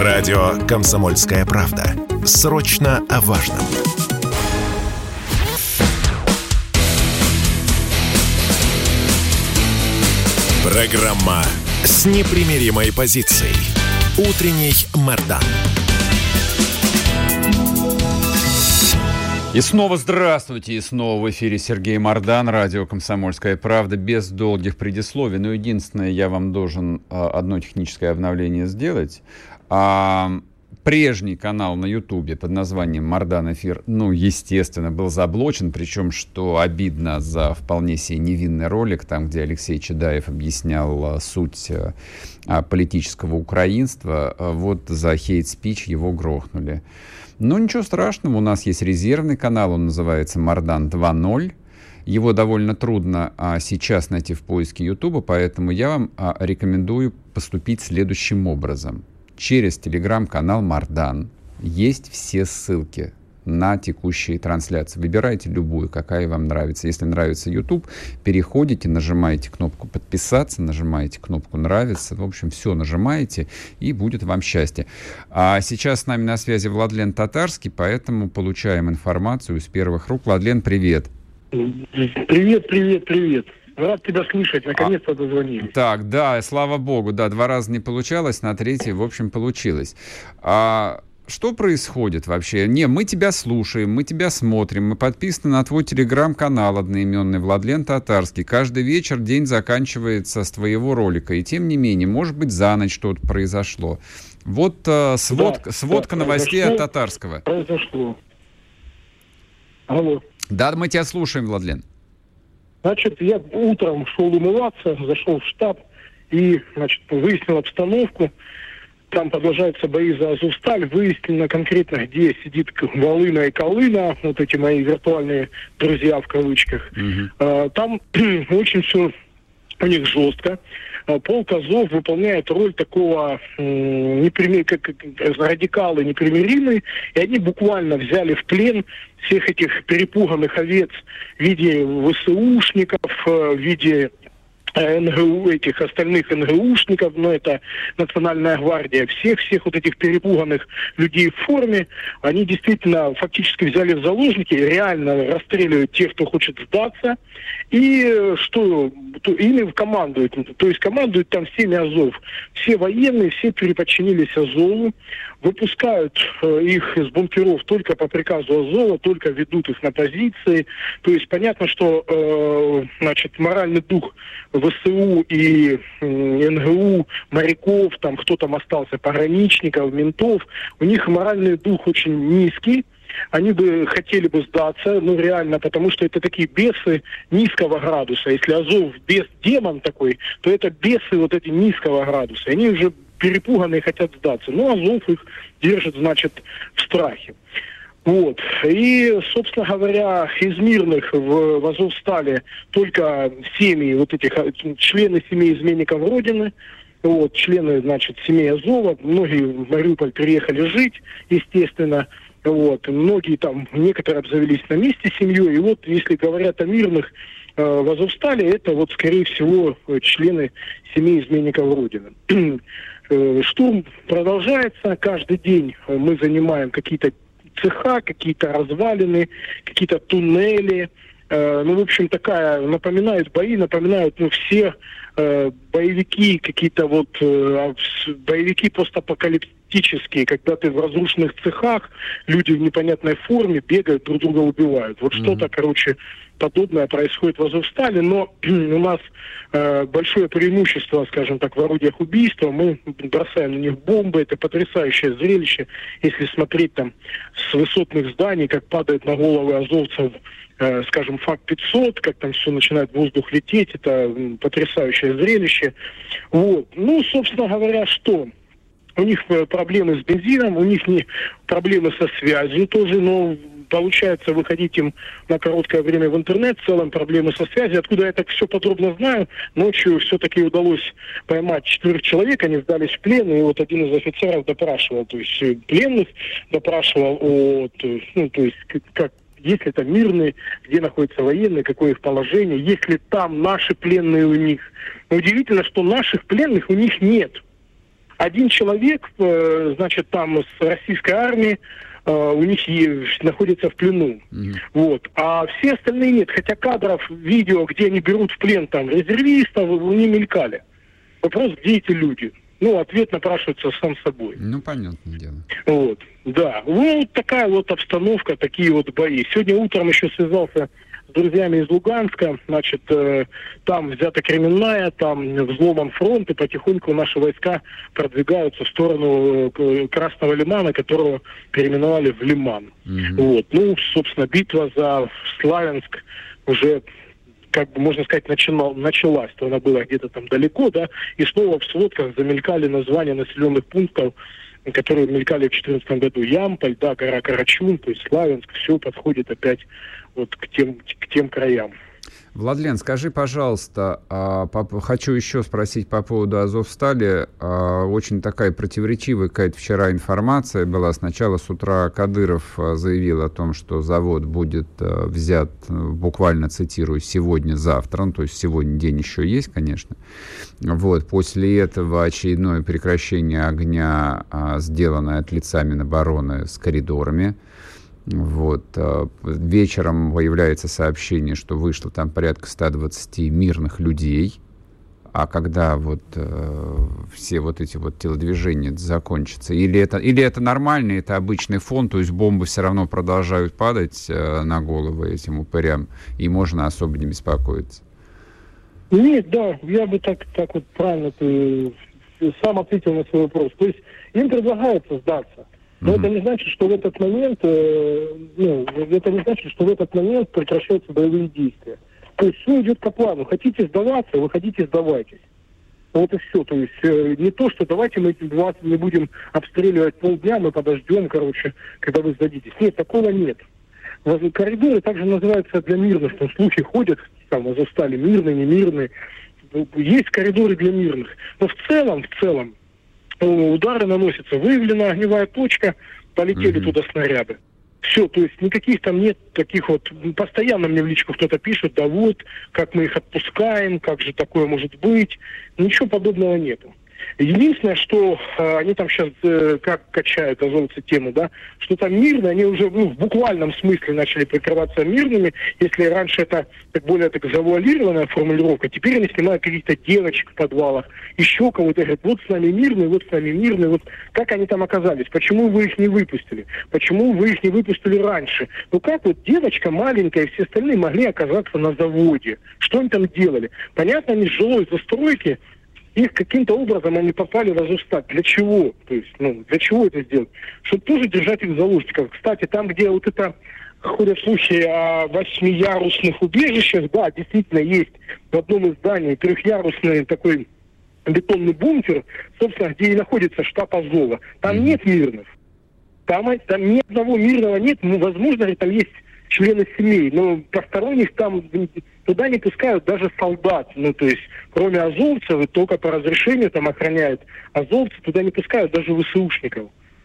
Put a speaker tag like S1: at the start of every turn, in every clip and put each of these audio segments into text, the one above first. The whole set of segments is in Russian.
S1: Радио «Комсомольская правда». Срочно о важном. Программа с непримиримой позицией. Утренний Мардан.
S2: И снова здравствуйте, и снова в эфире Сергей Мардан, радио «Комсомольская правда», без долгих предисловий. Но единственное, я вам должен одно техническое обновление сделать. Прежний канал на Ютубе под названием «Мардан Эфир», естественно, был заблочен, причем, что обидно, за вполне себе невинный ролик, там, где Алексей Чадаев объяснял суть политического украинства, вот за хейт-спич его грохнули. Но ничего страшного, у нас есть резервный канал, он называется «Мардан 2.0». Его довольно трудно сейчас найти в поиске Ютуба, поэтому я вам рекомендую поступить следующим образом. Через телеграм-канал «Мардан» есть все ссылки на текущие трансляции. Выбирайте любую, какая вам нравится. Если нравится YouTube, переходите, нажимаете кнопку «Подписаться», нажимаете кнопку «Нравится». В общем, все нажимаете, и будет вам счастье. А сейчас с нами на связи Владлен Татарский, поэтому получаем информацию из первых рук. Владлен, привет.
S3: Привет. Рад тебя слышать, наконец-то дозвонились.
S2: Так, да, слава богу, да, 2 раза не получалось, на 3-й, в общем, получилось. Что происходит вообще? Мы тебя слушаем, мы тебя смотрим, мы подписаны на твой телеграм-канал одноименный Владлен Татарский. Каждый вечер день заканчивается с твоего ролика, и тем не менее, может быть, за ночь что-то произошло. Вот сводка новостей от Татарского.
S3: Произошло. Алло.
S2: Да, мы тебя слушаем, Владлен.
S3: Значит, я утром шел умываться, зашел в штаб и, выяснил обстановку. Там продолжаются бои за Азовсталь. Выяснено конкретно, где сидит Волына и Колына, вот эти мои виртуальные друзья в кавычках. Там очень все у них жестко. Полк Азов выполняет роль такого как радикалы непримиримые, и они буквально взяли в плен всех этих перепуганных овец в виде ВСУшников, в виде НГУ, этих остальных НГУшников, это Национальная гвардия, всех вот этих перепуганных людей в форме, они действительно фактически взяли в заложники, реально расстреливают тех, кто хочет сдаться, и ими командуют, то есть командуют там всеми Азов. Все военные, все переподчинились Азову, выпускают их из бункеров только по приказу Азова, только ведут их на позиции. То есть понятно, что моральный дух ВСУ и НГУ, моряков, там кто там остался, пограничников, ментов, у них моральный дух очень низкий. Они бы хотели бы сдаться, реально, потому что это такие бесы низкого градуса. Если Азов бес-демон такой, то это бесы вот эти низкого градуса. Они уже перепуганные хотят сдаться. Азов их держит, в страхе. Вот. И, собственно говоря, из мирных в Азовстале только семьи, члены семей изменников Родины, члены, семей Азова, многие в Мариуполь переехали жить, естественно. Многие там, некоторые обзавелись на месте семьей. И если говорят о мирных в Азовстале, это скорее всего, члены семей изменников Родины. Штурм продолжается. Каждый день мы занимаем какие-то цеха, какие-то развалины, какие-то туннели. В общем, напоминают бои, все боевики, какие-то боевики постапокалиптические, когда ты в разрушенных цехах, люди в непонятной форме бегают, друг друга убивают. Что-то, подобное происходит в Азовстале, но у нас большое преимущество, скажем так, в орудиях убийства. Мы бросаем на них бомбы, это потрясающее зрелище. Если смотреть там с высотных зданий, как падает на головы азовцев, скажем, ФАК-500, как там все начинает в воздух лететь, это потрясающее зрелище. Собственно говоря, что? У них проблемы с бензином, у них проблемы со связью тоже, но получается выходить им на короткое время в интернет, в целом проблемы со связью. Откуда я так все подробно знаю, ночью все-таки удалось поймать 4 человек, они сдались в плен, и один из офицеров допрашивал, то есть пленных допрашивал как есть ли там мирные, где находятся военные, какое их положение, есть ли там наши пленные у них. Но удивительно, что наших пленных у них нет. один человек, значит, там с российской армии, у них находится в плену. Вот. А все остальные нет. Хотя кадров, видео, где они берут в плен там резервистов, не мелькали. Вопрос, где эти люди? Ну, ответ напрашивается сам собой.
S2: Ну, понятное дело.
S3: Вот, да. Вот такая вот обстановка, такие вот бои. Сегодня утром еще связался с друзьями из Луганска. Значит, там взята Кременная, там взломан фронт, и потихоньку наши войска продвигаются в сторону Красного Лимана, которого переименовали в Лиман. Вот. Ну, собственно, битва за Славянск уже, как бы можно сказать, началась, то она была где-то там далеко, да, и снова в сводках замелькали названия населенных пунктов, которые мелькали в 2014 году. Ямполь, да, гора Карачун, то есть Славянск, все подходит опять вот к тем краям.
S2: Владлен, скажи, пожалуйста, хочу еще спросить по поводу Азовстали. Очень такая противоречивая какая-то вчера информация была. Сначала с утра Кадыров заявил о том, что завод будет взят, буквально цитирую, сегодня-завтра. Ну, то есть сегодня день еще есть, конечно. Вот. После этого очередное прекращение огня, сделанное от лица Минобороны с коридорами. Вот. Вечером появляется сообщение, что вышло там порядка 120 мирных людей, а когда вот все вот эти вот телодвижения закончатся, или это нормально, это обычный фон, то есть бомбы все равно продолжают падать на головы этим упырям, и можно особо не беспокоиться?
S3: Нет, да, я бы так вот правильно ты сам ответил на свой вопрос. То есть им предлагается сдаться. Но это не значит, что в этот момент, прекращаются боевые действия. То есть все идет по плану. Хотите сдаваться, выходите, сдавайтесь. Вот и все. То есть не то, что давайте мы вас не будем обстреливать полдня, мы подождем, когда вы сдадитесь. Нет, такого нет. Коридоры также называются для мирных. Там слухи ходят, там Азовстали мирные, немирные. Есть коридоры для мирных. Но в целом, удары наносятся, выявлена огневая точка, полетели туда снаряды. Все, то есть никаких там нет таких вот, постоянно мне в личку кто-то пишет, да вот, как мы их отпускаем, как же такое может быть. Ничего подобного нету. Единственное, что они там сейчас как качают азовцы тему, да, что там мирно, они уже в буквальном смысле начали прикрываться мирными. Если раньше это более завуалированная формулировка, теперь они снимают каких-то девочек в подвалах, еще кого-то, говорят, вот с нами мирные, вот с нами мирные, вот как они там оказались, почему вы их не выпустили, почему вы их не выпустили раньше. Ну как вот девочка маленькая и все остальные могли оказаться на заводе, что они там делали? Понятно, они с жилой застройки, их каким-то образом они попали в Азовсталь. Для чего? То есть, для чего это сделать? Чтобы тоже держать их в заложниках. Кстати, там, где вот это ходят слухи о 8-ярусных убежищах, да, действительно есть в одном из зданий 3-ярусный такой бетонный бункер, собственно, где и находится штаб Азова. Там нет мирных. Там ни одного мирного нет. Возможно, там есть члены семей, но посторонних там туда не пускают даже солдат. То есть, кроме азовцев, только по разрешению там охраняют азовцы, туда не пускают даже ВСУшников.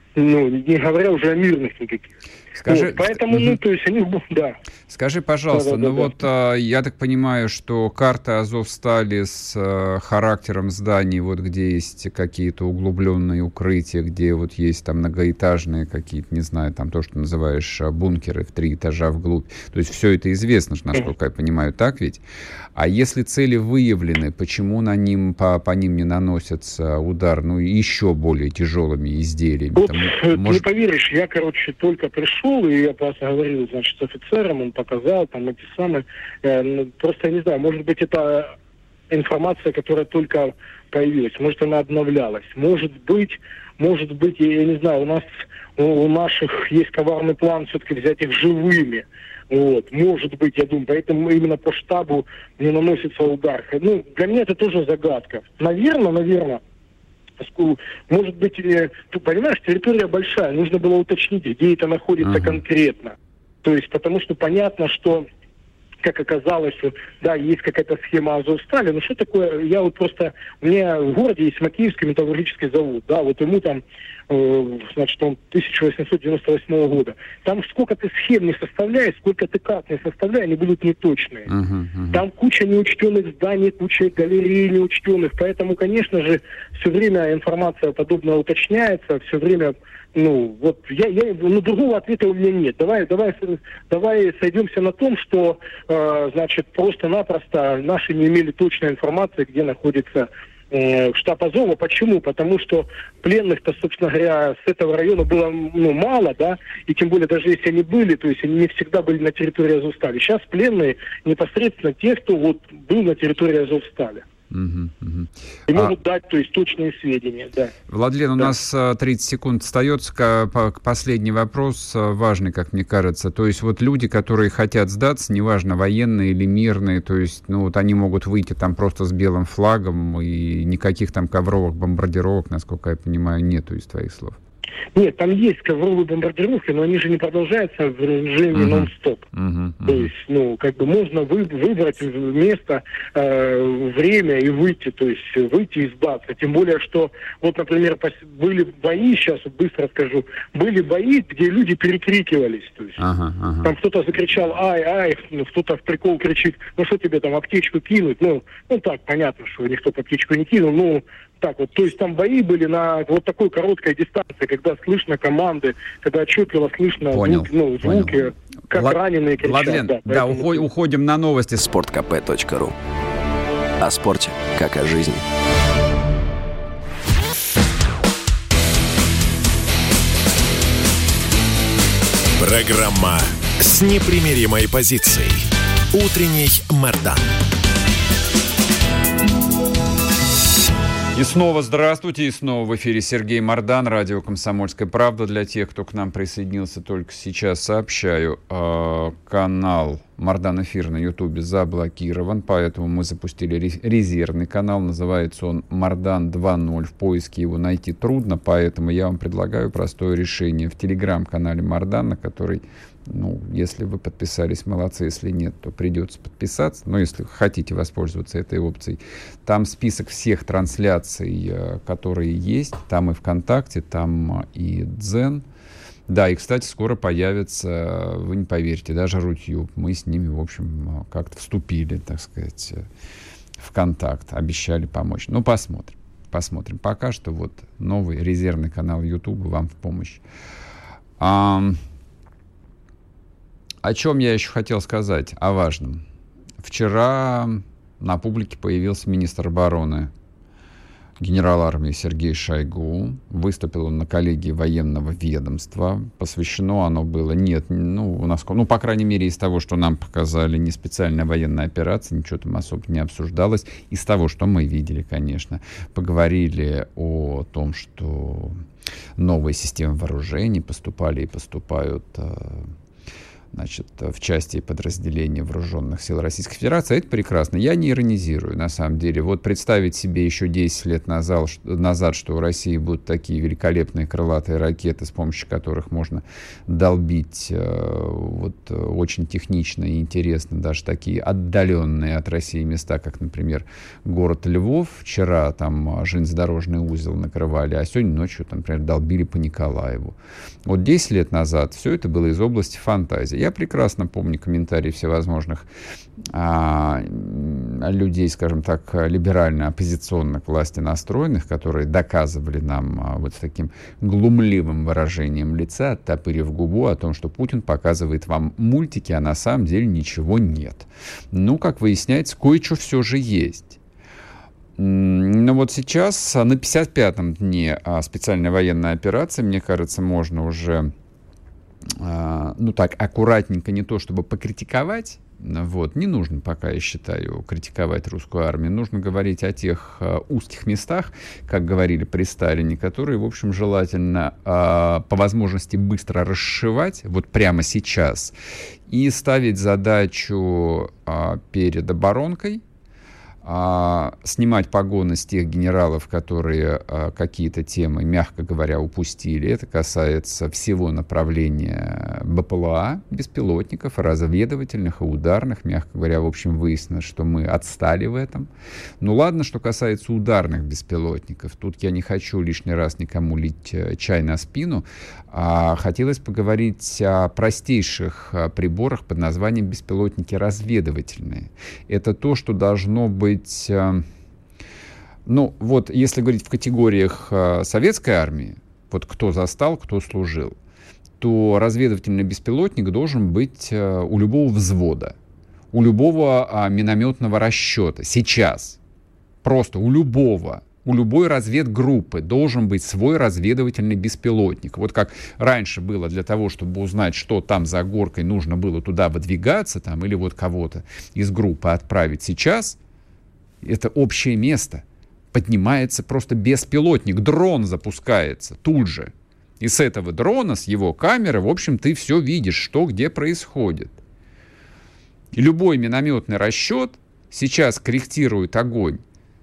S3: Не говоря уже о мирных никаких. Поэтому, то есть, они, да.
S2: Скажи, пожалуйста, я так понимаю, что карта Азовстали с характером зданий, вот где есть какие-то углубленные укрытия, где вот есть там многоэтажные какие-то, не знаю, там то, что называешь бункеры в 3 этажа вглубь. То есть все это известно, насколько я понимаю, так ведь? А если цели выявлены, почему по ним не наносятся удар, еще более тяжелыми изделиями?
S3: Не поверишь, я, только пришел, и я поговорил, с офицером, он показал, там, эти самые, просто, я не знаю, может быть, это информация, которая только появилась, может, она обновлялась, может быть, я не знаю, у наших есть коварный план все-таки взять их живыми. Вот, может быть, я думаю, поэтому именно по штабу не наносится удар. Для меня это тоже загадка. Наверное, может быть, ты понимаешь, территория большая, нужно было уточнить, где это находится конкретно. То есть, потому что понятно, что, как оказалось, да, есть какая-то схема Азовстали, но что такое, у меня в городе есть Макеевский металлургический завод, да, вот ему там значит, он 1898 года. Там сколько ты схем не составляешь, сколько ты карт не составляешь, они будут неточные. Там куча неучтенных зданий, куча галерей неучтенных, поэтому, конечно же, все время информация подобная уточняется, все время, другого ответа у меня нет. Давай сойдемся на том, что, значит, просто-напросто наши не имели точной информации, где находится штаб Азова. Почему? Потому что пленных-то, собственно говоря, с этого района было мало, да, и тем более даже если они были, то есть они не всегда были на территории Азовстали. Сейчас пленные непосредственно те, кто вот был на территории Азовстали. И могут дать, то есть, точные сведения, да.
S2: Владлен, у нас 30 секунд остается. Последний вопрос, важный, как мне кажется. То есть вот люди, которые хотят сдаться, неважно, военные или мирные, то есть, они могут выйти там просто с белым флагом, и никаких там ковровых бомбардировок, насколько я понимаю, нету из твоих слов.
S3: Нет, там есть ковровые бомбардировки, но они же не продолжаются в режиме нон-стоп. То есть, можно выбрать место, время и выйти, то есть выйти и сдаться. Тем более, что, вот, например, были бои, сейчас быстро скажу, были бои, где люди перекрикивались. То есть, там кто-то закричал «ай», кто-то в прикол кричит что тебе там, аптечку кинуть? Так, понятно, что никто аптечку не кинул, так вот, то есть там бои были на вот такой короткой дистанции, когда слышно команды, когда отчетливо слышно звуки, как раненые кричат.
S2: Владлен, уходим на новости.
S4: sportkp.ru. О спорте, как о жизни.
S1: Программа с непримиримой позицией. Утренний Мардан.
S2: И снова здравствуйте, и снова в эфире Сергей Мардан, радио «Комсомольская правда». Для тех, кто к нам присоединился только сейчас, сообщаю, канал Мардан Эфир на Ютубе заблокирован, поэтому мы запустили резервный канал, называется он Мардан 2.0, в поиске его найти трудно, поэтому я вам предлагаю простое решение в телеграм-канале Мардан, на который... если вы подписались, молодцы, если нет, то придется подписаться. Но если хотите воспользоваться этой опцией, там список всех трансляций, которые есть. Там и ВКонтакте, там и Дзен. Да, и, кстати, скоро появится, вы не поверите, даже Рутюб. Мы с ними, в общем, как-то вступили, так сказать, в контакт. Обещали помочь. Посмотрим. Посмотрим. Пока что вот новый резервный канал Ютуба вам в помощь. О чем я еще хотел сказать? О важном. Вчера на публике появился министр обороны, генерал армии Сергей Шойгу. Выступил он на коллегии военного ведомства. Посвящено оно было, по крайней мере, из того, что нам показали, не специальная военная операция, ничего там особо не обсуждалось. Из того, что мы видели, конечно, поговорили о том, что новые системы вооружений поступали и поступают... в части и подразделения вооруженных сил Российской Федерации. Это прекрасно. Я не иронизирую, на самом деле. Вот представить себе еще 10 лет назад, что у России будут такие великолепные крылатые ракеты, с помощью которых можно долбить очень технично и интересно даже такие отдаленные от России места, как, например, город Львов. Вчера там железнодорожный узел накрывали, а сегодня ночью, например, долбили по Николаеву. Вот 10 лет назад все это было из области фантазии. Я прекрасно помню комментарии всевозможных людей, скажем так, либерально-оппозиционных к власти настроенных, которые доказывали нам вот с таким глумливым выражением лица, оттопырив губу, о том, что Путин показывает вам мультики, а на самом деле ничего нет. Как выясняется, кое-что все же есть. Но вот сейчас, на 55-м дне специальной военной операции, мне кажется, можно уже... аккуратненько, не то чтобы покритиковать, не нужно пока, я считаю, критиковать русскую армию, нужно говорить о тех узких местах, как говорили при Сталине, которые, в общем, желательно по возможности быстро расшивать, вот прямо сейчас, и ставить задачу перед оборонкой, снимать погоны с тех генералов, которые какие-то темы, мягко говоря, упустили. Это касается всего направления БПЛА, беспилотников, разведывательных и ударных. Мягко говоря, в общем, выяснилось, что мы отстали в этом. Ну ладно, что касается ударных беспилотников. Тут я не хочу лишний раз никому лить чай на спину. Хотелось поговорить о простейших приборах под названием беспилотники разведывательные. Это то, что должно быть... Ну, вот если говорить в категориях советской армии, вот кто застал, кто служил, то разведывательный беспилотник должен быть у любого взвода, у любого минометного расчета. Сейчас просто у любой разведгруппы должен быть свой разведывательный беспилотник. Вот как раньше было для того, чтобы узнать, что там за горкой, нужно было туда выдвигаться там, или вот кого-то из группы отправить. Сейчас это общее место. Поднимается просто беспилотник, дрон запускается тут же. И с этого дрона, с его камеры, в общем, ты все видишь, что где происходит. И любой минометный расчет сейчас корректирует огонь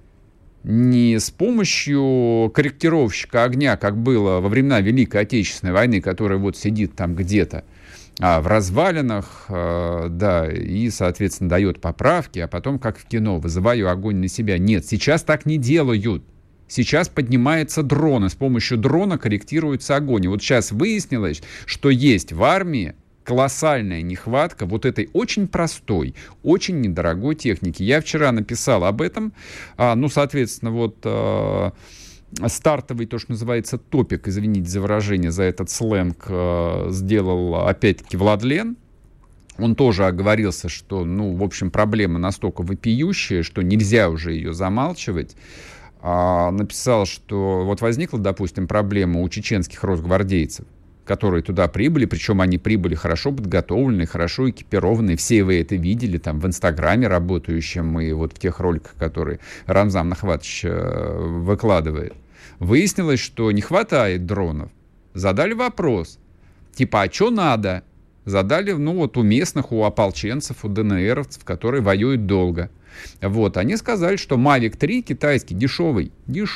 S2: не с помощью корректировщика огня, как было во времена Великой Отечественной войны, который вот сидит там где-то в развалинах, да, и, соответственно, дает поправки, а потом, как в кино, вызываю огонь на себя. Нет, сейчас так не делают. Сейчас поднимается дрон, и с помощью дрона корректируется огонь. И вот сейчас выяснилось, что есть в армии колоссальная нехватка вот этой очень простой, очень недорогой техники. Я вчера написал об этом. Ну, соответственно, вот... стартовый, то, что называется, топик, извините за выражение, за этот сленг, сделал, опять-таки, Владлен. Он тоже оговорился, что, ну, в общем, проблема настолько вопиющая, что нельзя уже ее замалчивать. Написал, что вот возникла, допустим, проблема у чеченских росгвардейцев, которые туда прибыли, причем они прибыли хорошо подготовленные, хорошо экипированные. Все вы это видели там в Инстаграме работающем и вот в тех роликах, которые Рамзан Нахватович выкладывает. Выяснилось, что не хватает дронов. Задали вопрос, типа, а что надо? Задали, ну вот у местных, у ополченцев, у ДНРовцев, которые воюют долго. Вот, они сказали, что Mavic 3 китайский дешевый,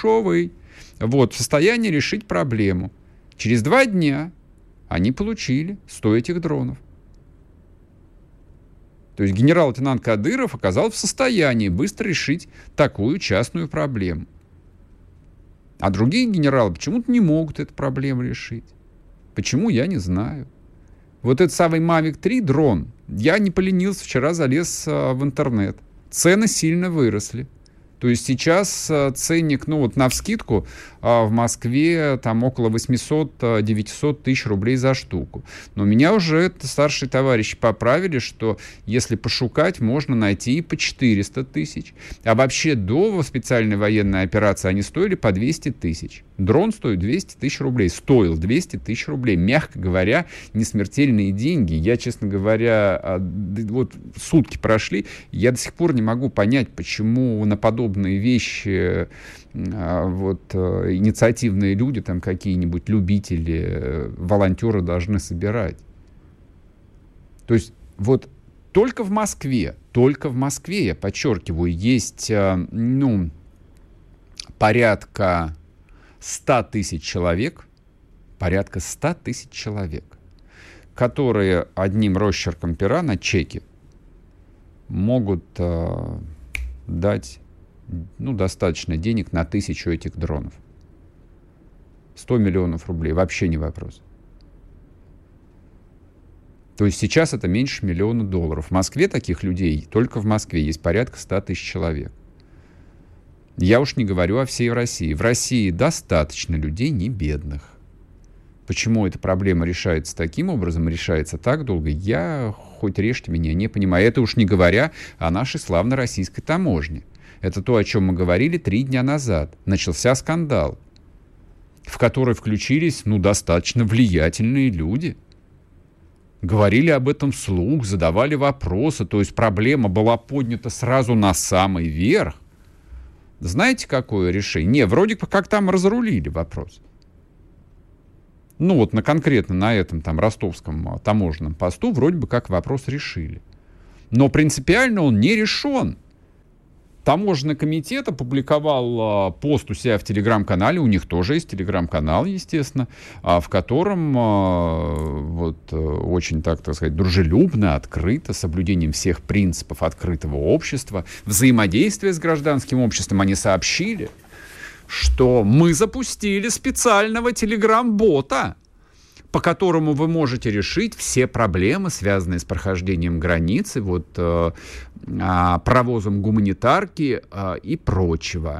S2: вот, в состоянии решить проблему. Через 2 дня они получили 100 этих дронов. То есть генерал-лейтенант Кадыров оказался в состоянии быстро решить такую частную проблему. А другие генералы почему-то не могут эту проблему решить. Почему, я не знаю. Вот этот самый Mavic 3 дрон, я не поленился, вчера залез в интернет. Цены сильно выросли. То есть сейчас ценник, ну вот навскидку, в Москве там около 800-900 тысяч рублей за штуку. Но меня уже старшие товарищи поправили, что если пошукать, можно найти и по 400 тысяч. А вообще до специальной военной операции они стоили по 200 тысяч. Дрон стоит 200 тысяч рублей. Стоил 200 тысяч рублей. Мягко говоря, несмертельные деньги. Я, честно говоря, вот сутки прошли, я до сих пор не могу понять, почему на подобные вещи вот инициативные люди, там какие-нибудь любители, волонтеры должны собирать. То есть вот только в Москве, я подчеркиваю, есть, ну, порядка 100 тысяч человек, которые одним росчерком пера на чеке могут дать, ну, достаточно денег на 1000 этих дронов. 100 миллионов рублей, вообще не вопрос. То есть сейчас это меньше $1 миллиона. В Москве таких людей, только в Москве, есть порядка 100 тысяч человек. Я уж не говорю о всей России. В России достаточно людей не бедных. Почему эта проблема решается таким образом, решается так долго, я, хоть режьте меня, не понимаю. Это уж не говоря о нашей славной российской таможне. Это то, о чем мы говорили 3 дня назад. Начался скандал, в который включились, ну, достаточно влиятельные люди. Говорили об этом вслух, задавали вопросы. То есть проблема была поднята сразу на самый верх. Знаете, какое решение? Не, вроде как там разрулили вопрос. Ну, вот конкретно на этом там ростовском таможенном посту вроде бы как вопрос решили. Но принципиально он не решен. Таможенный комитет опубликовал пост у себя в телеграм-канале, у них тоже есть телеграм-канал, естественно, в котором очень, так сказать, дружелюбно, открыто, с соблюдением всех принципов открытого общества, взаимодействия с гражданским обществом, они сообщили, что мы запустили специального телеграм-бота, по которому вы можете решить все проблемы, связанные с прохождением границы, провозом гуманитарки и прочего.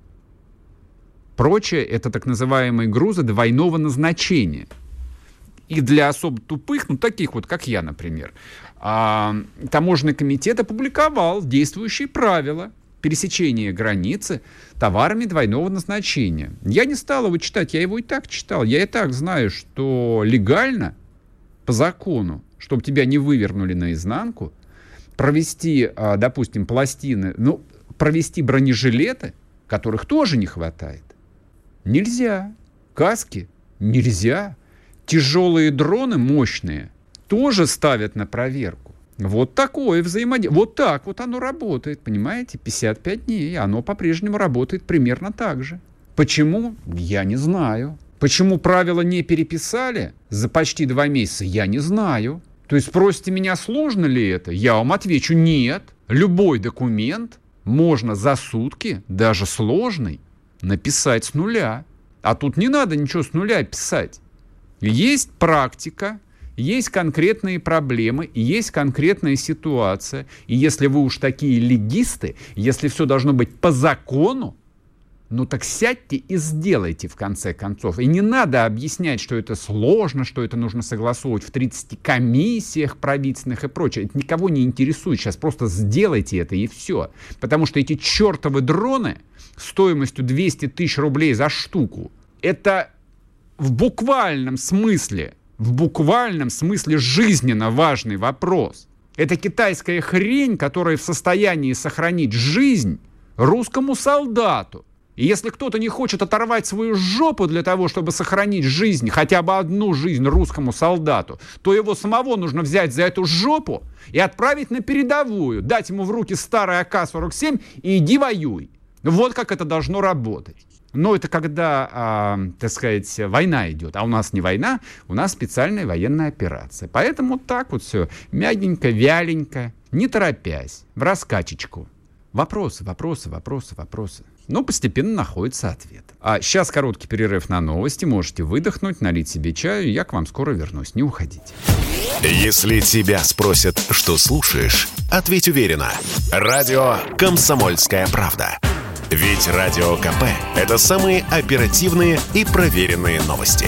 S2: Прочее — это так называемые грузы двойного назначения. И для особо тупых, таких вот, как я, например, таможенный комитет опубликовал действующие правила пересечения границы товарами двойного назначения. Я не стал его читать, я его и так читал. Я и так знаю, что легально, по закону, чтобы тебя не вывернули наизнанку, провести, допустим, пластины, провести бронежилеты, которых тоже не хватает, нельзя. Каски нельзя. Тяжелые дроны мощные тоже ставят на проверку. Вот такое взаимодействие. Вот так вот оно работает, понимаете? 55 дней, оно по-прежнему работает примерно так же. Почему? Я не знаю. Почему правила не переписали за почти 2 месяца? Я не знаю. То есть спросите меня, сложно ли это? Я вам отвечу: нет. Любой документ можно за сутки, даже сложный, написать с нуля. А тут не надо ничего с нуля писать. Есть практика, есть конкретные проблемы, есть конкретная ситуация. И если вы уж такие легисты, если все должно быть по закону, так сядьте и сделайте в конце концов. И не надо объяснять, что это сложно, что это нужно согласовывать в 30 комиссиях правительственных и прочее. Это никого не интересует. Сейчас просто сделайте это и все. Потому что эти чертовы дроны стоимостью 200 тысяч рублей за штуку, это в буквальном смысле жизненно важный вопрос. Это китайская хрень, которая в состоянии сохранить жизнь русскому солдату. И если кто-то не хочет оторвать свою жопу для того, чтобы сохранить жизнь, хотя бы одну жизнь русскому солдату, то его самого нужно взять за эту жопу и отправить на передовую, дать ему в руки старый АК-47 и иди воюй. Вот как это должно работать. Но это когда, война идет. А у нас не война, у нас специальная военная операция. Поэтому так вот все мягенько, вяленько, не торопясь, в раскачечку. Вопросы. Но постепенно находится ответ. А сейчас короткий перерыв на новости. Можете выдохнуть, налить себе чаю. Я к вам скоро вернусь. Не уходите.
S1: Если тебя спросят, что слушаешь, ответь уверенно. Радио «Комсомольская правда». Ведь Радио КП – это самые оперативные и проверенные новости.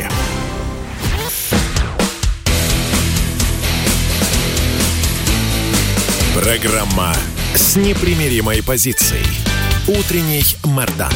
S1: Программа с непримиримой позицией. Утренний Мардан.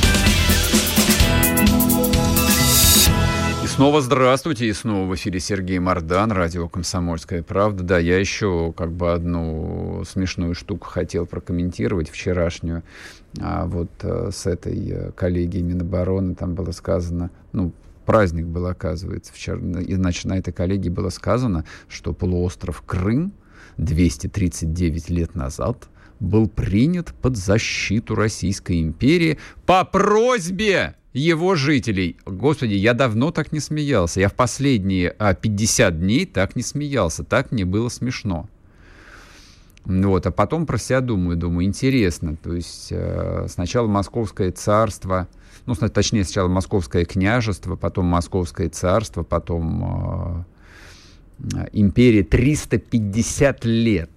S2: И снова здравствуйте, и снова в эфире Сергей Мардан, радио «Комсомольская правда». Да, я еще одну смешную штуку хотел прокомментировать, вчерашнюю. С этой коллегией Минобороны там было сказано, праздник был, оказывается, вчера, и, значит, на этой коллегии было сказано, что полуостров Крым 239 лет назад был принят под защиту Российской империи по просьбе его жителей. Господи, я давно так не смеялся. Я в последние 50 дней так не смеялся. Так мне было смешно. А потом про себя думаю, интересно. То есть сначала Московское царство, сначала Московское княжество, потом Московское царство, потом империя. 350 лет.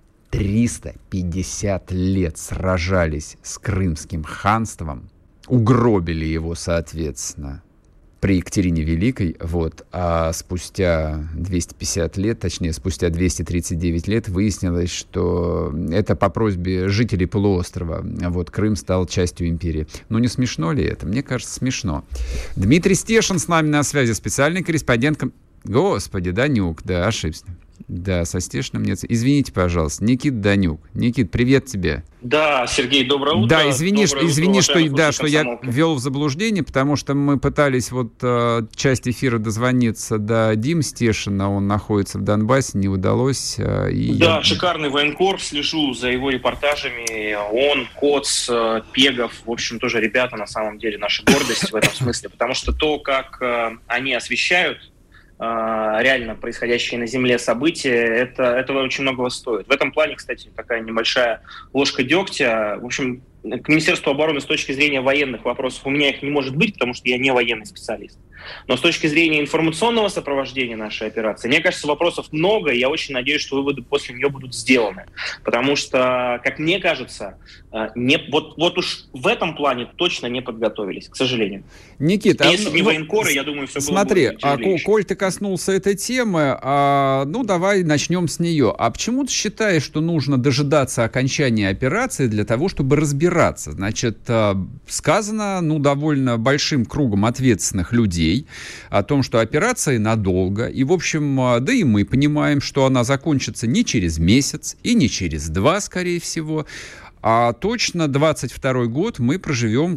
S2: 350 лет сражались с Крымским ханством, угробили его, соответственно, при Екатерине Великой, а спустя 250 лет, точнее, спустя 239 лет выяснилось, что это по просьбе жителей полуострова. Крым стал частью империи. Не смешно ли это? Мне кажется, смешно. Дмитрий Стешин с нами на связи, специальный корреспондент. Господи, Данюк, да, ошибся. Да, со Стешиным нет. Извините, пожалуйста, Никит Данюк. Никит, привет тебе.
S5: Да, Сергей, доброе утро.
S2: Да, извини, что я ввел в заблуждение, потому что мы пытались часть эфира дозвониться до Димы Стешина, он находится в Донбассе, не удалось.
S5: Шикарный военкор, слежу за его репортажами. Он, Коц, Пегов, в общем, тоже ребята, на самом деле, наша гордость в этом смысле, потому что то, как они освещают реально происходящие на земле события, это очень многого стоит. В этом плане, кстати, такая небольшая ложка дегтя. В общем, к Министерству обороны с точки зрения военных вопросов у меня их не может быть, потому что я не военный специалист. Но с точки зрения информационного сопровождения нашей операции, мне кажется, вопросов много, и я очень надеюсь, что выводы после нее будут сделаны. Потому что, как мне кажется, вот уж в этом плане точно не подготовились, к сожалению.
S2: Никита,
S5: если бы не военкоры, я думаю, все было бы
S2: тяжелее. Коль ты коснулся этой темы, давай начнем с нее. А почему ты считаешь, что нужно дожидаться окончания операции для того, чтобы разбираться? Значит, сказано, довольно большим кругом ответственных людей о том, что операция надолго, и, в общем, да и мы понимаем, что она закончится не через месяц и не через 2, скорее всего, а точно 22-й год мы проживем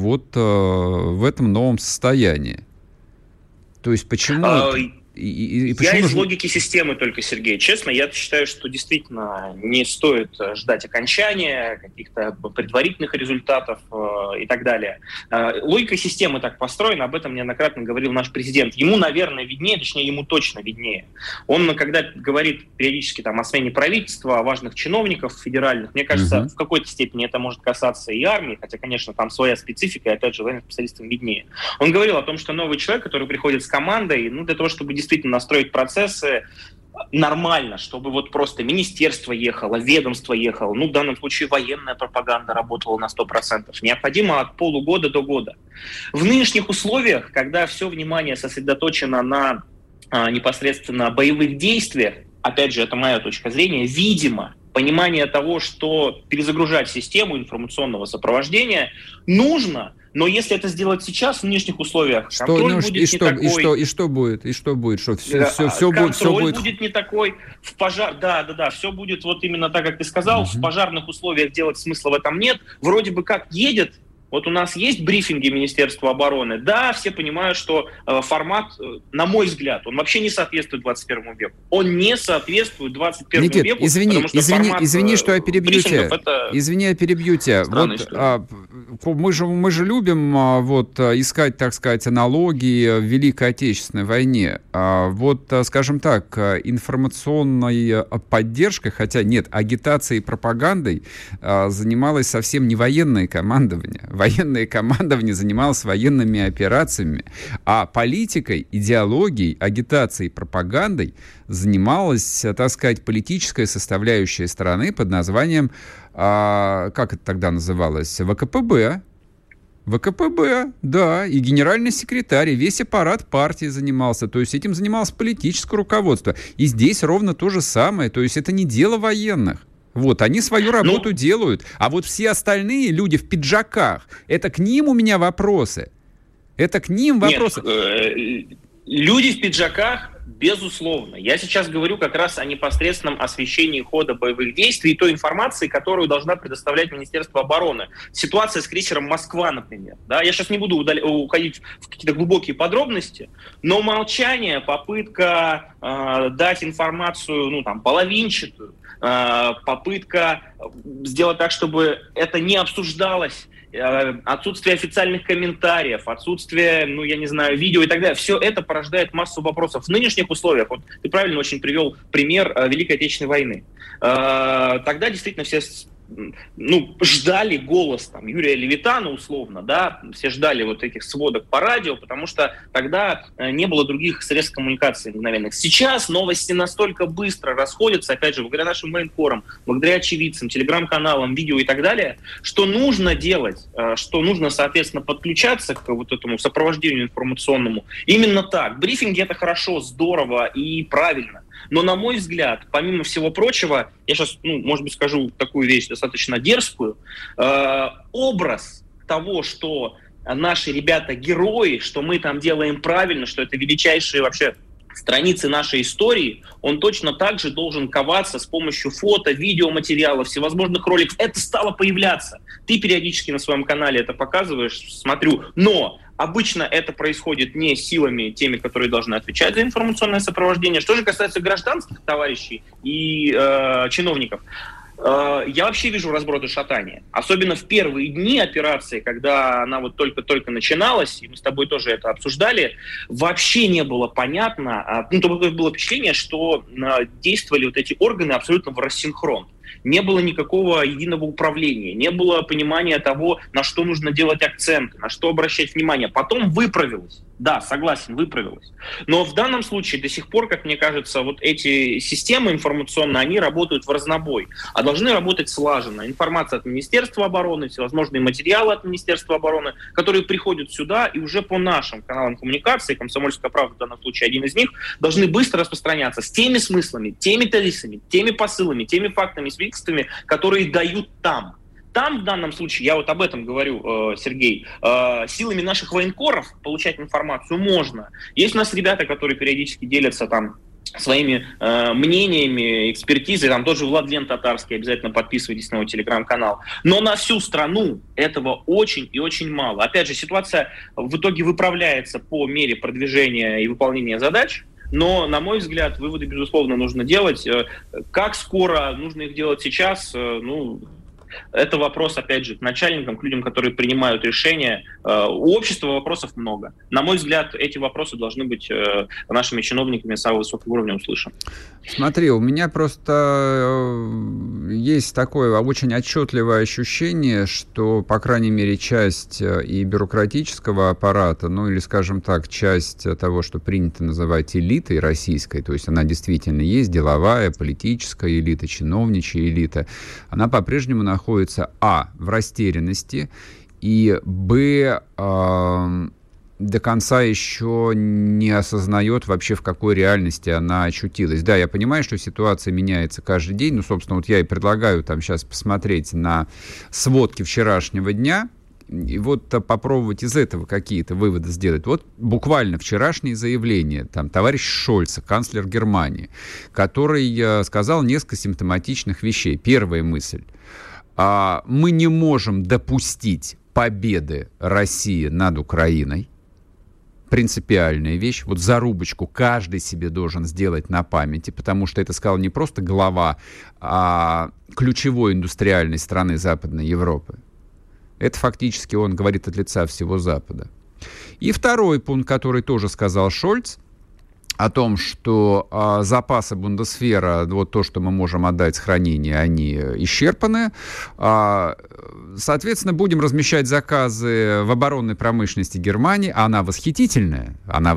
S2: в этом новом состоянии. То есть почему...
S5: Я из логики системы только, Сергей. Честно, я считаю, что действительно не стоит ждать окончания, каких-то предварительных результатов и так далее. Логика системы так построена, об этом неоднократно говорил наш президент. Ему, наверное, виднее, точнее, ему точно виднее. Он, когда говорит периодически о смене правительства, о важных чиновников федеральных, мне кажется, в какой-то степени это может касаться и армии, хотя, конечно, там своя специфика, и, опять же, военным специалистам виднее. Он говорил о том, что новый человек, который приходит с командой, для того, чтобы действительно настроить процессы нормально, чтобы просто министерство ехало, ведомство ехало, в данном случае военная пропаганда работала на 100%. Необходимо от полугода до года. В нынешних условиях, когда все внимание сосредоточено на непосредственно боевых действиях, опять же, это моя точка зрения, видимо, понимание того, что перезагружать систему информационного сопровождения нужно, но если это сделать сейчас, в нынешних условиях, контроль будет не такой.
S2: И что будет?
S5: Контроль будет не такой. Все будет именно так, как ты сказал. В пожарных условиях делать смысла в этом нет. Вроде бы как едет. Вот у нас есть брифинги Министерства обороны. Да, все понимают, что формат, на мой взгляд, он вообще не соответствует 21 веку. Он не соответствует 21
S2: Никит,
S5: веку.
S2: Извини, что я перебью тебя. Извини, я перебью тебя. Мы же любим искать, так сказать, аналогии в Великой Отечественной войне. Скажем так, информационной поддержкой, хотя нет, агитацией и пропагандой занималось совсем не военное командование. Военное командование занималось военными операциями, а политикой, идеологией, агитацией, пропагандой занималась, так сказать, политическая составляющая страны под названием, как это тогда называлось, ВКПБ. ВКПБ, да, и генеральный секретарь, и весь аппарат партии занимался, то есть этим занималось политическое руководство. И здесь ровно то же самое, то есть это не дело военных. Они свою работу делают. А все остальные люди в пиджаках, это к ним у меня вопросы. Это к ним вопросы.
S5: Нет, люди в пиджаках, безусловно. Я сейчас говорю как раз о непосредственном освещении хода боевых действий и той информации, которую должна предоставлять Министерство обороны. Ситуация с крейсером «Москва», например. Да? Я сейчас не буду уходить в какие-то глубокие подробности, но молчание, попытка дать информацию половинчатую, попытка сделать так, чтобы это не обсуждалось, отсутствие официальных комментариев, отсутствие, видео и так далее. Все это порождает массу вопросов. В нынешних условиях, ты правильно очень привел пример Великой Отечественной войны. Тогда действительно все ждали голос Юрия Левитана, условно, да, все ждали этих сводок по радио, потому что тогда не было других средств коммуникации мгновенных. Сейчас новости настолько быстро расходятся, опять же, благодаря нашим военкорам, благодаря очевидцам, телеграм-каналам, видео и так далее, что нужно делать, что нужно, соответственно, подключаться к этому сопровождению информационному. Именно так. Брифинги — это хорошо, здорово и правильно. Но, на мой взгляд, помимо всего прочего, я сейчас, может быть, скажу такую вещь достаточно дерзкую, образ того, что наши ребята герои, что мы там делаем правильно, что это величайшие вообще страницы нашей истории, он точно так же должен коваться с помощью фото, видеоматериалов, всевозможных роликов. Это стало появляться. Ты периодически на своем канале это показываешь, смотрю. Но обычно это происходит не силами теми, которые должны отвечать за информационное сопровождение. Что же касается гражданских товарищей и чиновников, я вообще вижу разброд и шатание. Особенно в первые дни операции, когда она вот только-только начиналась, и мы с тобой тоже это обсуждали, вообще не было понятно, было впечатление, что действовали вот эти органы абсолютно в рассинхрон. Не было никакого единого управления, не было понимания того, на что нужно делать акценты, на что обращать внимание. Потом выправилось. Да, согласен, выправилось. Но в данном случае до сих пор, как мне кажется, вот эти системы информационные, они работают в разнобой, а должны работать слаженно. Информация от Министерства обороны, всевозможные материалы от Министерства обороны, которые приходят сюда и уже по нашим каналам коммуникации, «Комсомольская правда» в данном случае один из них, должны быстро распространяться с теми смыслами, теми тезисами, теми посылами, теми фактами, свидетельствами, которые дают там. Там, в данном случае, я вот об этом говорю, Сергей, силами наших военкоров получать информацию можно. Есть у нас ребята, которые периодически делятся там своими мнениями, экспертизой, там тоже Владлен Татарский, обязательно подписывайтесь на его телеграм-канал. Но на всю страну этого очень и очень мало. Опять же, ситуация в итоге выправляется по мере продвижения и выполнения задач. Но, на мой взгляд, выводы, безусловно, нужно делать. Как скоро нужно их делать сейчас, это вопрос, опять же, к начальникам, к людям, которые принимают решения. У общества вопросов много. На мой взгляд, эти вопросы должны быть нашими чиновниками самого высокого уровня услышаны.
S2: Смотри, у меня просто есть такое очень отчетливое ощущение, что, по крайней мере, часть и бюрократического аппарата, или, скажем так, часть того, что принято называть элитой российской, то есть она действительно есть, деловая, политическая элита, чиновничья элита, она по-прежнему находится, в растерянности, и, до конца еще не осознает вообще, в какой реальности она очутилась. Да, я понимаю, что ситуация меняется каждый день, собственно, вот я и предлагаю там сейчас посмотреть на сводки вчерашнего дня, и вот попробовать из этого какие-то выводы сделать. Вот буквально вчерашнее заявление там товарища Шольца, канцлер Германии, который сказал несколько симптоматичных вещей. Первая мысль. Мы не можем допустить победы России над Украиной. Принципиальная вещь. Вот зарубочку каждый себе должен сделать на памяти, потому что это сказал не просто глава ключевой индустриальной страны Западной Европы. Это фактически он говорит от лица всего Запада. И второй пункт, который тоже сказал Шольц, о том, что запасы Бундесвера, вот то, что мы можем отдать с хранения, они исчерпаны. Соответственно, будем размещать заказы в оборонной промышленности Германии. Она восхитительная.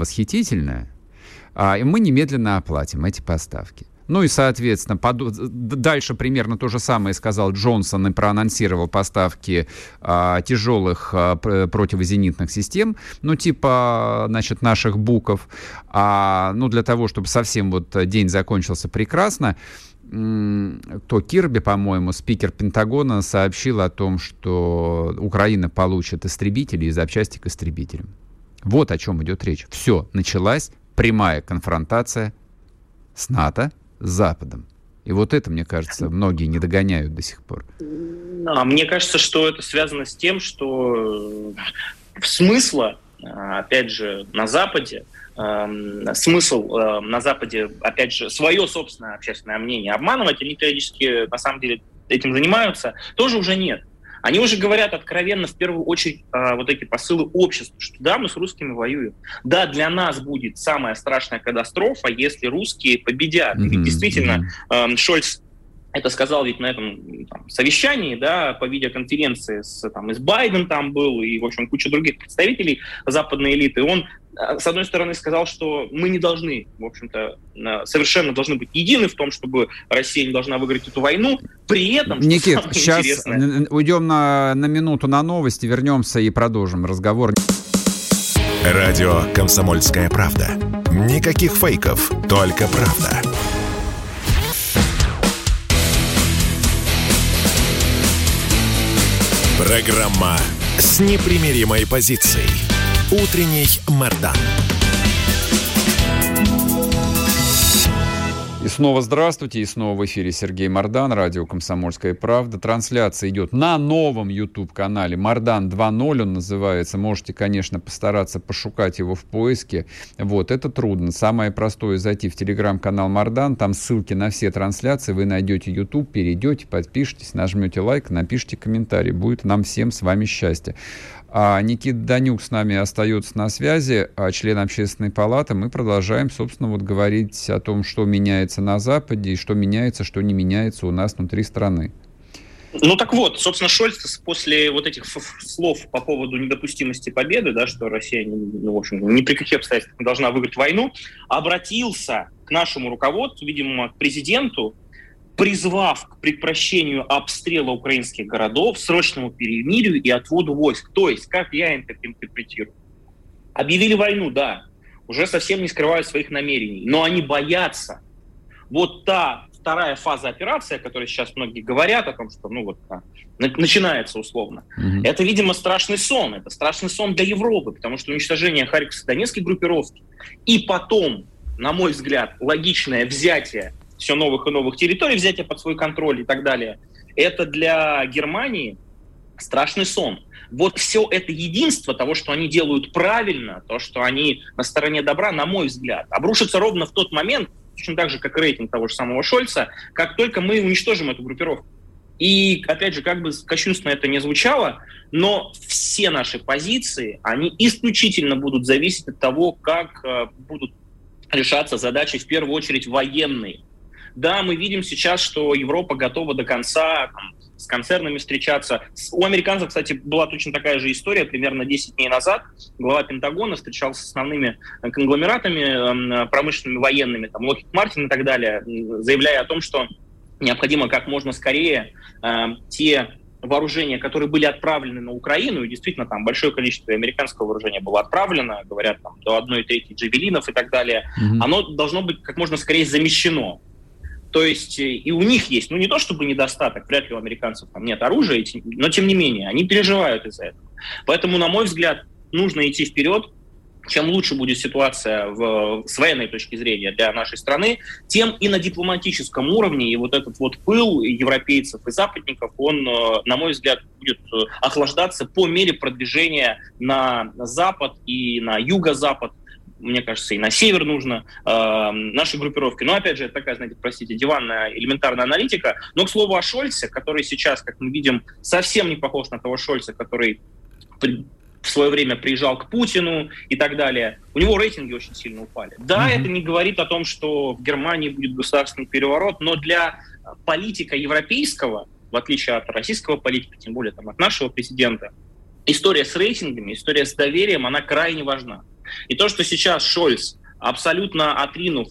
S2: И мы немедленно оплатим эти поставки. И, соответственно, дальше примерно то же самое сказал Джонсон и проанонсировал поставки тяжелых противозенитных систем, наших буков. Для того, чтобы совсем день закончился прекрасно, то Кирби, по-моему, спикер Пентагона, сообщил о том, что Украина получит истребители и запчасти к истребителям. Вот о чем идет речь. Все, началась прямая конфронтация с НАТО, с Западом. И вот это, мне кажется, многие не догоняют до сих пор.
S5: Мне кажется, что это связано с тем, что смысла, опять же, на Западе, опять же, свое собственное общественное мнение обманывать, они периодически, на самом деле, этим занимаются, тоже уже нет. Они уже говорят откровенно, в первую очередь, вот эти посылы обществу, что да, мы с русскими воюем. Да, для нас будет самая страшная катастрофа, если русские победят. И ведь действительно, Шольц это сказал ведь на этом совещании, да, по видеоконференции с Байден там был, и, в общем, куча других представителей западной элиты. Он, с одной стороны, сказал, что мы не должны, в общем-то, совершенно должны быть едины в том, чтобы Россия не должна выиграть эту войну. При этом,
S2: Никит, сейчас уйдем на минуту на новости, вернемся и продолжим разговор.
S1: Радио «Комсомольская правда». Никаких фейков, только правда. Программа с непримиримой позицией. Утренний Мордан.
S2: снова здравствуйте, и снова в эфире Сергей Мардан, радио «Комсомольская правда». Трансляция идет на новом YouTube-канале «Мардан 2.0», он называется. Можете, конечно, постараться пошукать его в поиске. Вот, это трудно. Самое простое — зайти в телеграм-канал «Мардан», там ссылки на все трансляции, вы найдете YouTube, перейдете, подпишитесь, нажмете лайк, напишите комментарий. Будет нам всем с вами счастье. Никита Данюк с нами остается на связи, член Общественной палаты. Мы продолжаем, собственно, вот говорить о том, что меняется на Западе и что меняется, что не меняется у нас внутри страны.
S5: Ну так вот, собственно, Шольц после вот этих слов по поводу недопустимости победы, да, что Россия, в общем, ни при каких обстоятельствах не должна выиграть войну, обратился к нашему руководству, видимо, к президенту, призвав к прекращению обстрела украинских городов, срочному перемирию и отводу войск. То есть, как я это интерпретирую? Объявили войну, да, уже совсем не скрывают своих намерений, но они боятся. Вот та вторая фаза операции, о которой сейчас многие говорят, о том, что начинается условно, это, видимо, страшный сон. Это страшный сон для Европы, потому что уничтожение Харьковско-Донецкой группировки и потом, на мой взгляд, логичное взятие все новых и новых территорий, взятие под свой контроль и так далее, это для Германии страшный сон. Вот все это единство того, что они делают правильно, то, что они на стороне добра, на мой взгляд, обрушится ровно в тот момент, точно так же, как рейтинг того же самого Шольца, как только мы уничтожим эту группировку. И, опять же, как бы кощунственно это не звучало, но все наши позиции, они исключительно будут зависеть от того, как будут решаться задачи, в первую очередь, военные. Да, мы видим сейчас, что Европа готова до конца с концернами встречаться. У американцев, кстати, была точно такая же история. Примерно 10 дней назад глава Пентагона встречался с основными конгломератами промышленными, военными, там, Lockheed Martin и так далее, заявляя о том, что необходимо как можно скорее те вооружения, которые были отправлены на Украину, и действительно там большое количество американского вооружения было отправлено, говорят, там, до 1/3 джавелинов и так далее, оно должно быть как можно скорее замещено. То есть и у них есть, не то чтобы недостаток, вряд ли у американцев там нет оружия, но тем не менее, они переживают из-за этого. Поэтому, на мой взгляд, нужно идти вперед. Чем лучше будет ситуация с военной точки зрения для нашей страны, тем и на дипломатическом уровне, и вот этот вот пыл европейцев и западников, он, на мой взгляд, будет охлаждаться по мере продвижения на запад и на юго-запад. Мне кажется, и на север нужно нашей группировки. Но, опять же, это такая, знаете, простите, диванная элементарная аналитика. Но, к слову, о Шольце, который сейчас, как мы видим, совсем не похож на того Шольца, который в свое время приезжал к Путину и так далее. У него рейтинги очень сильно упали. Да, это не говорит о том, что в Германии будет государственный переворот, но для политика европейского, в отличие от российского политика, тем более там, от нашего президента, история с рейтингами, история с доверием, она крайне важна. И то, что сейчас Шольц, абсолютно отринув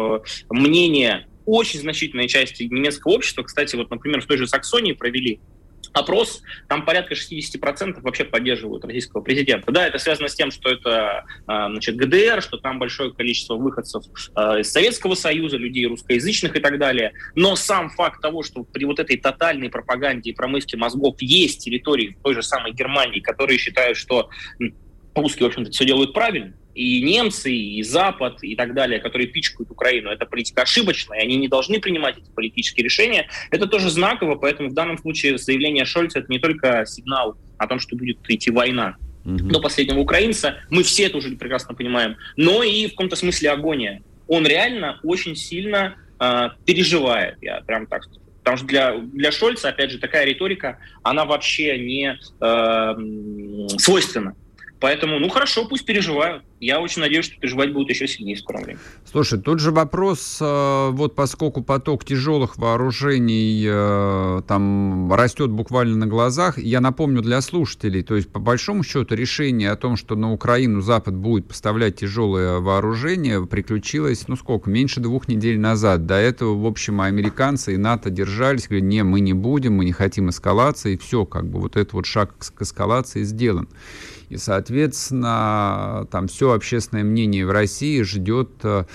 S5: мнение очень значительной части немецкого общества, кстати, вот, например, в той же Саксонии провели опрос, там порядка 60% вообще поддерживают российского президента. Да, это связано с тем, что это ГДР, что там большое количество выходцев из Советского Союза, людей русскоязычных и так далее. Но сам факт того, что при вот этой тотальной пропаганде и промывке мозгов есть территории в той же самой Германии, которые считают, что русские, в общем-то, все делают правильно, и немцы, и Запад, и так далее, которые пичкают Украину, эта политика ошибочная, и они не должны принимать эти политические решения, это тоже знаково, поэтому в данном случае заявление Шольца — это не только сигнал о том, что будет идти война до последнего украинца, мы все это уже прекрасно понимаем, но и в каком-то смысле агония. Он реально очень сильно переживает, я прям так скажу. Потому что для Шольца, опять же, такая риторика, она вообще не свойственна. Поэтому, хорошо, пусть переживают. Я очень надеюсь, что переживать будут еще сильнее в скором времени.
S2: Слушай, тут же вопрос, вот поскольку поток тяжелых вооружений там растет буквально на глазах, я напомню для слушателей, то есть по большому счету решение о том, что на Украину Запад будет поставлять тяжелое вооружение, приключилось, меньше 2 недель назад. До этого, в общем, американцы и НАТО держались, говорили, не, мы не будем, мы не хотим эскалации, и все, вот этот вот шаг к эскалации сделан. И, соответственно, там все общественное мнение в России ждет,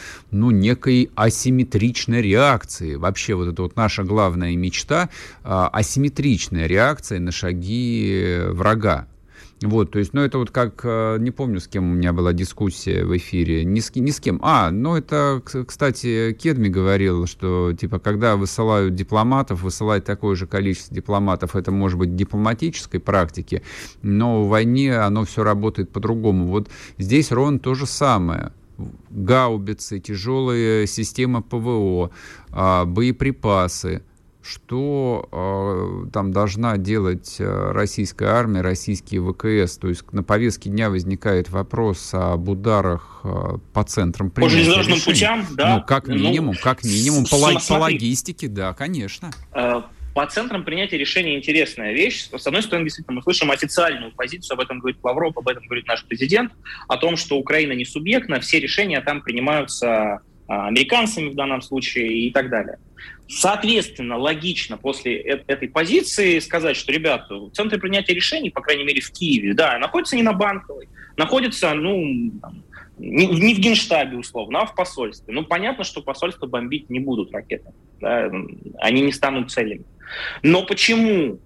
S2: некой асимметричной реакции. Вообще вот это вот наша главная мечта, асимметричная реакция на шаги врага. Вот, то есть, ну, это вот как, не помню, с кем у меня была дискуссия в эфире, ни с кем. Ну, это, кстати, Кедми говорил, что, типа, когда высылают дипломатов, высылать такое же количество дипломатов, это может быть дипломатической практики, но в войне оно все работает по-другому. Вот здесь ровно то же самое. Гаубицы, тяжелые системы ПВО, боеприпасы. Что там должна делать российская армия, российские ВКС? То есть на повестке дня возникает вопрос об ударах по центрам принятия решений. По железнодорожным путям, да. Ну, как минимум, по логистике, да, конечно.
S5: По центрам принятия решений интересная вещь. С одной стороны, действительно, мы слышим официальную позицию, об этом говорит Лавров, об этом говорит наш президент, о том, что Украина не субъектна, все решения там принимаются американцами в данном случае и так далее. Соответственно, логично после этой позиции сказать, что, ребята, центры принятия решений, по крайней мере в Киеве, да, находятся не на Банковой, находятся, не в Генштабе условно, а в посольстве. Ну, понятно, что посольство бомбить не будут ракетами, да, они не станут целями. Но почему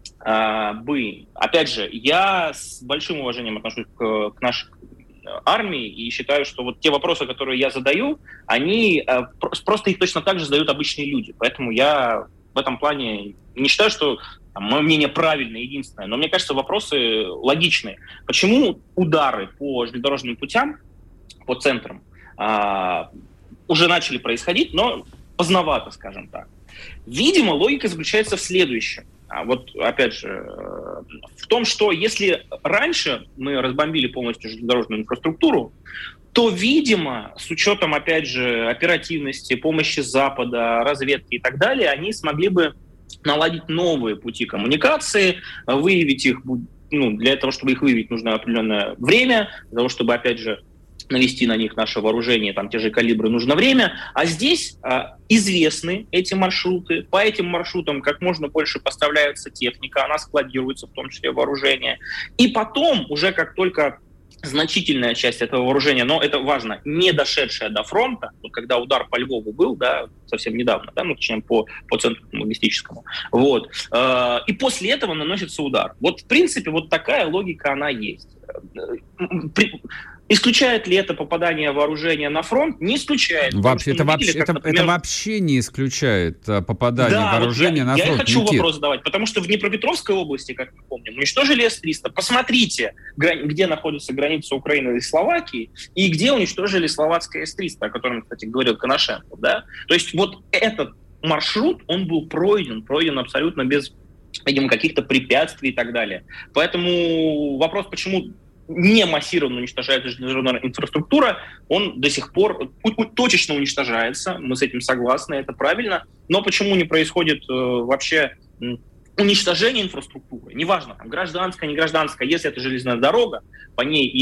S5: опять же, я с большим уважением отношусь к нашей армии и считаю, что вот те вопросы, которые я задаю, они просто их точно так же задают обычные люди. Поэтому я в этом плане не считаю, что мое мнение правильное, единственное. Но мне кажется, вопросы логичные. Почему удары по железнодорожным путям, по центрам, уже начали происходить, но поздновато, скажем так? Видимо, логика заключается в следующем. Вот, опять же, в том, что если раньше мы разбомбили полностью железнодорожную инфраструктуру, то, видимо, с учетом, опять же, оперативности, помощи Запада, разведки и так далее, они смогли бы наладить новые пути коммуникации, выявить их, для того, чтобы их выявить, нужно определенное время, для того, чтобы, опять же, навести на них наше вооружение, там те же калибры, нужно время. А здесь известны эти маршруты. По этим маршрутам как можно больше поставляется техника, она складируется, в том числе вооружение. И потом, уже как только значительная часть этого вооружения, но это важно, не дошедшая до фронта, вот когда удар по Львову был, да, совсем недавно, да, точнее по центру логистическому, вот, и после этого наносится удар. Вот, в принципе, вот такая логика, она есть. Исключает ли это попадание вооружения на фронт? Не исключает.
S2: Вообще, это вообще не исключает попадание вооружения на фронт.
S5: Я хочу вопрос задавать, потому что в Днепропетровской области, как мы помним, уничтожили С-300. Посмотрите, где находится граница Украины и Словакии, и где уничтожили словацкое С-300, о котором, кстати, говорил Коношенков. Да? То есть вот этот маршрут, он был пройден абсолютно без, видимо, каких-то препятствий и так далее. Поэтому вопрос, почему не массированно уничтожается железнодорожная инфраструктура, он до сих пор точечно уничтожается, мы с этим согласны, это правильно, но почему не происходит вообще уничтожение инфраструктуры, неважно, там, гражданская, не гражданская, если это железная дорога, по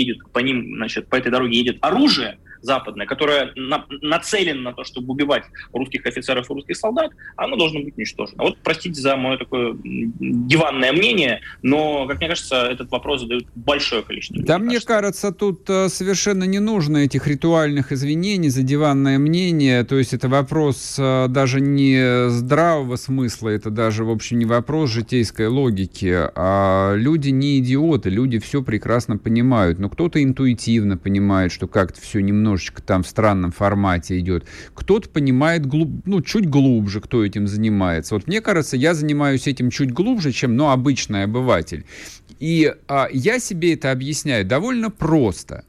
S5: этой дороге едет оружие западное, которое нацелено на то, чтобы убивать русских офицеров и русских солдат, оно должно быть уничтожено. Вот простите за мое такое диванное мнение, но, как мне кажется, этот вопрос задают большое количество людей.
S2: Да, мне кажется, тут совершенно не нужно этих ритуальных извинений за диванное мнение, то есть это вопрос даже не здравого смысла, это даже, в общем, не вопрос житейской логики, а люди не идиоты, люди все прекрасно понимают, но кто-то интуитивно понимает, что как-то все немножечко там в странном формате идет. Кто-то понимает чуть глубже, кто этим занимается. Вот мне кажется, я занимаюсь этим чуть глубже, чем обычный обыватель. И я себе это объясняю довольно просто.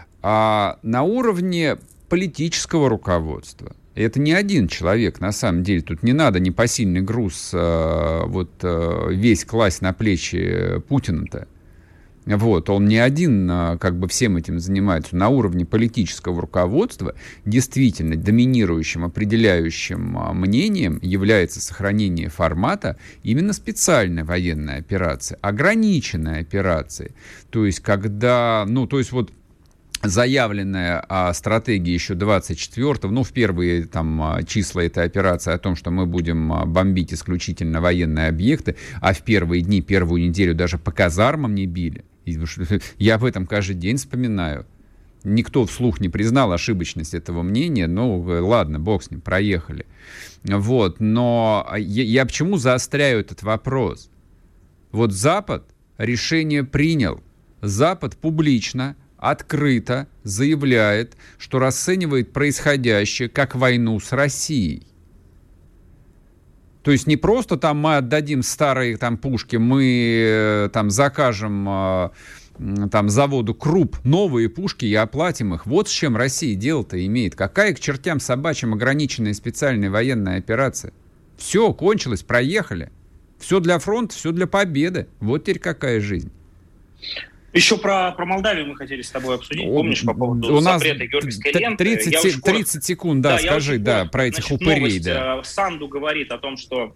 S2: На уровне политического руководства. Это не один человек, на самом деле. Тут не надо непосильный груз весь класть на плечи Путина-то. Вот, он не один всем этим занимается. На уровне политического руководства действительно доминирующим, определяющим мнением является сохранение формата именно специальной военной операции, ограниченной операции. То есть, когда, заявленная стратегия еще 24-го, в первые числа этой операции о том, что мы будем бомбить исключительно военные объекты, а в первые дни, первую неделю даже по казармам не били. Я об этом каждый день вспоминаю. Никто вслух не признал ошибочность этого мнения, ладно, бог с ним, проехали. Вот, но я почему заостряю этот вопрос? Вот Запад решение принял. Запад публично, открыто заявляет, что расценивает происходящее как войну с Россией. То есть не просто там мы отдадим старые там пушки, мы там закажем там заводу Круп новые пушки и оплатим их. Вот с чем Россия дело-то имеет. Какая к чертям собачьим ограниченная специальная военная операция? Все, кончилось, проехали. Все для фронта, все для победы. Вот теперь какая жизнь.
S5: Еще про Молдавию мы хотели с тобой обсудить. Помнишь, по поводу запрета георгиевской ленты?
S2: 30 секунд, да, скажи, да, про этих упырей. Да.
S5: Санду говорит о том, что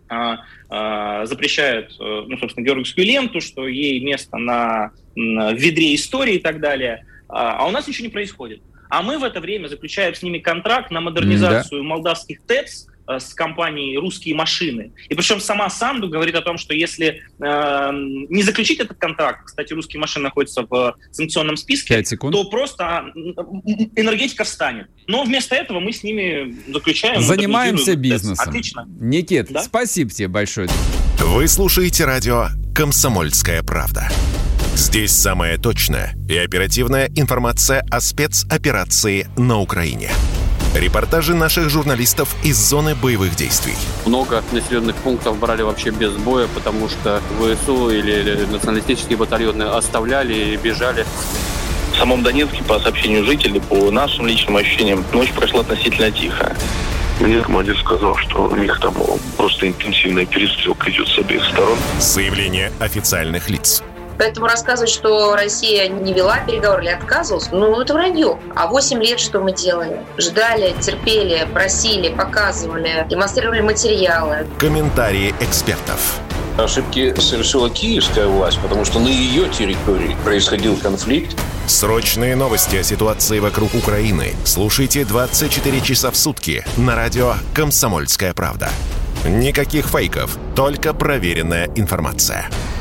S5: запрещают, собственно, георгиевскую ленту, что ей место на ведре истории и так далее. А у нас ничего не происходит. А мы в это время заключаем с ними контракт на модернизацию молдавских ТЭЦ с компанией «Русские машины». И причем сама Санду говорит о том, что если не заключить этот контракт, кстати, «Русские машины» находятся в санкционном списке, то просто энергетика встанет. Но вместо этого мы с ними заключаем...
S2: Занимаемся бизнесом.
S5: Отлично.
S2: Никит,
S5: да?
S2: Спасибо тебе большое.
S1: Вы слушаете радио «Комсомольская правда». Здесь самая точная и оперативная информация о спецоперации на Украине. Репортажи наших журналистов из зоны боевых действий.
S6: Много населенных пунктов брали вообще без боя, потому что ВСУ или националистические батальоны оставляли и бежали.
S7: В самом Донецке, по сообщению жителей, по нашим личным ощущениям, ночь прошла относительно тихо.
S8: Мне командир сказал, что у них там просто интенсивная перестрелка идет с обеих сторон.
S1: Заявление официальных лиц.
S9: Поэтому рассказывать, что Россия не вела переговоры или отказывалась, это вранье. А 8 лет что мы делали? Ждали, терпели, просили, показывали, демонстрировали материалы.
S1: Комментарии экспертов.
S10: Ошибки совершила киевская власть, потому что на ее территории происходил конфликт.
S1: Срочные новости о ситуации вокруг Украины слушайте 24 часа в сутки на радио «Комсомольская правда». Никаких фейков, только проверенная информация.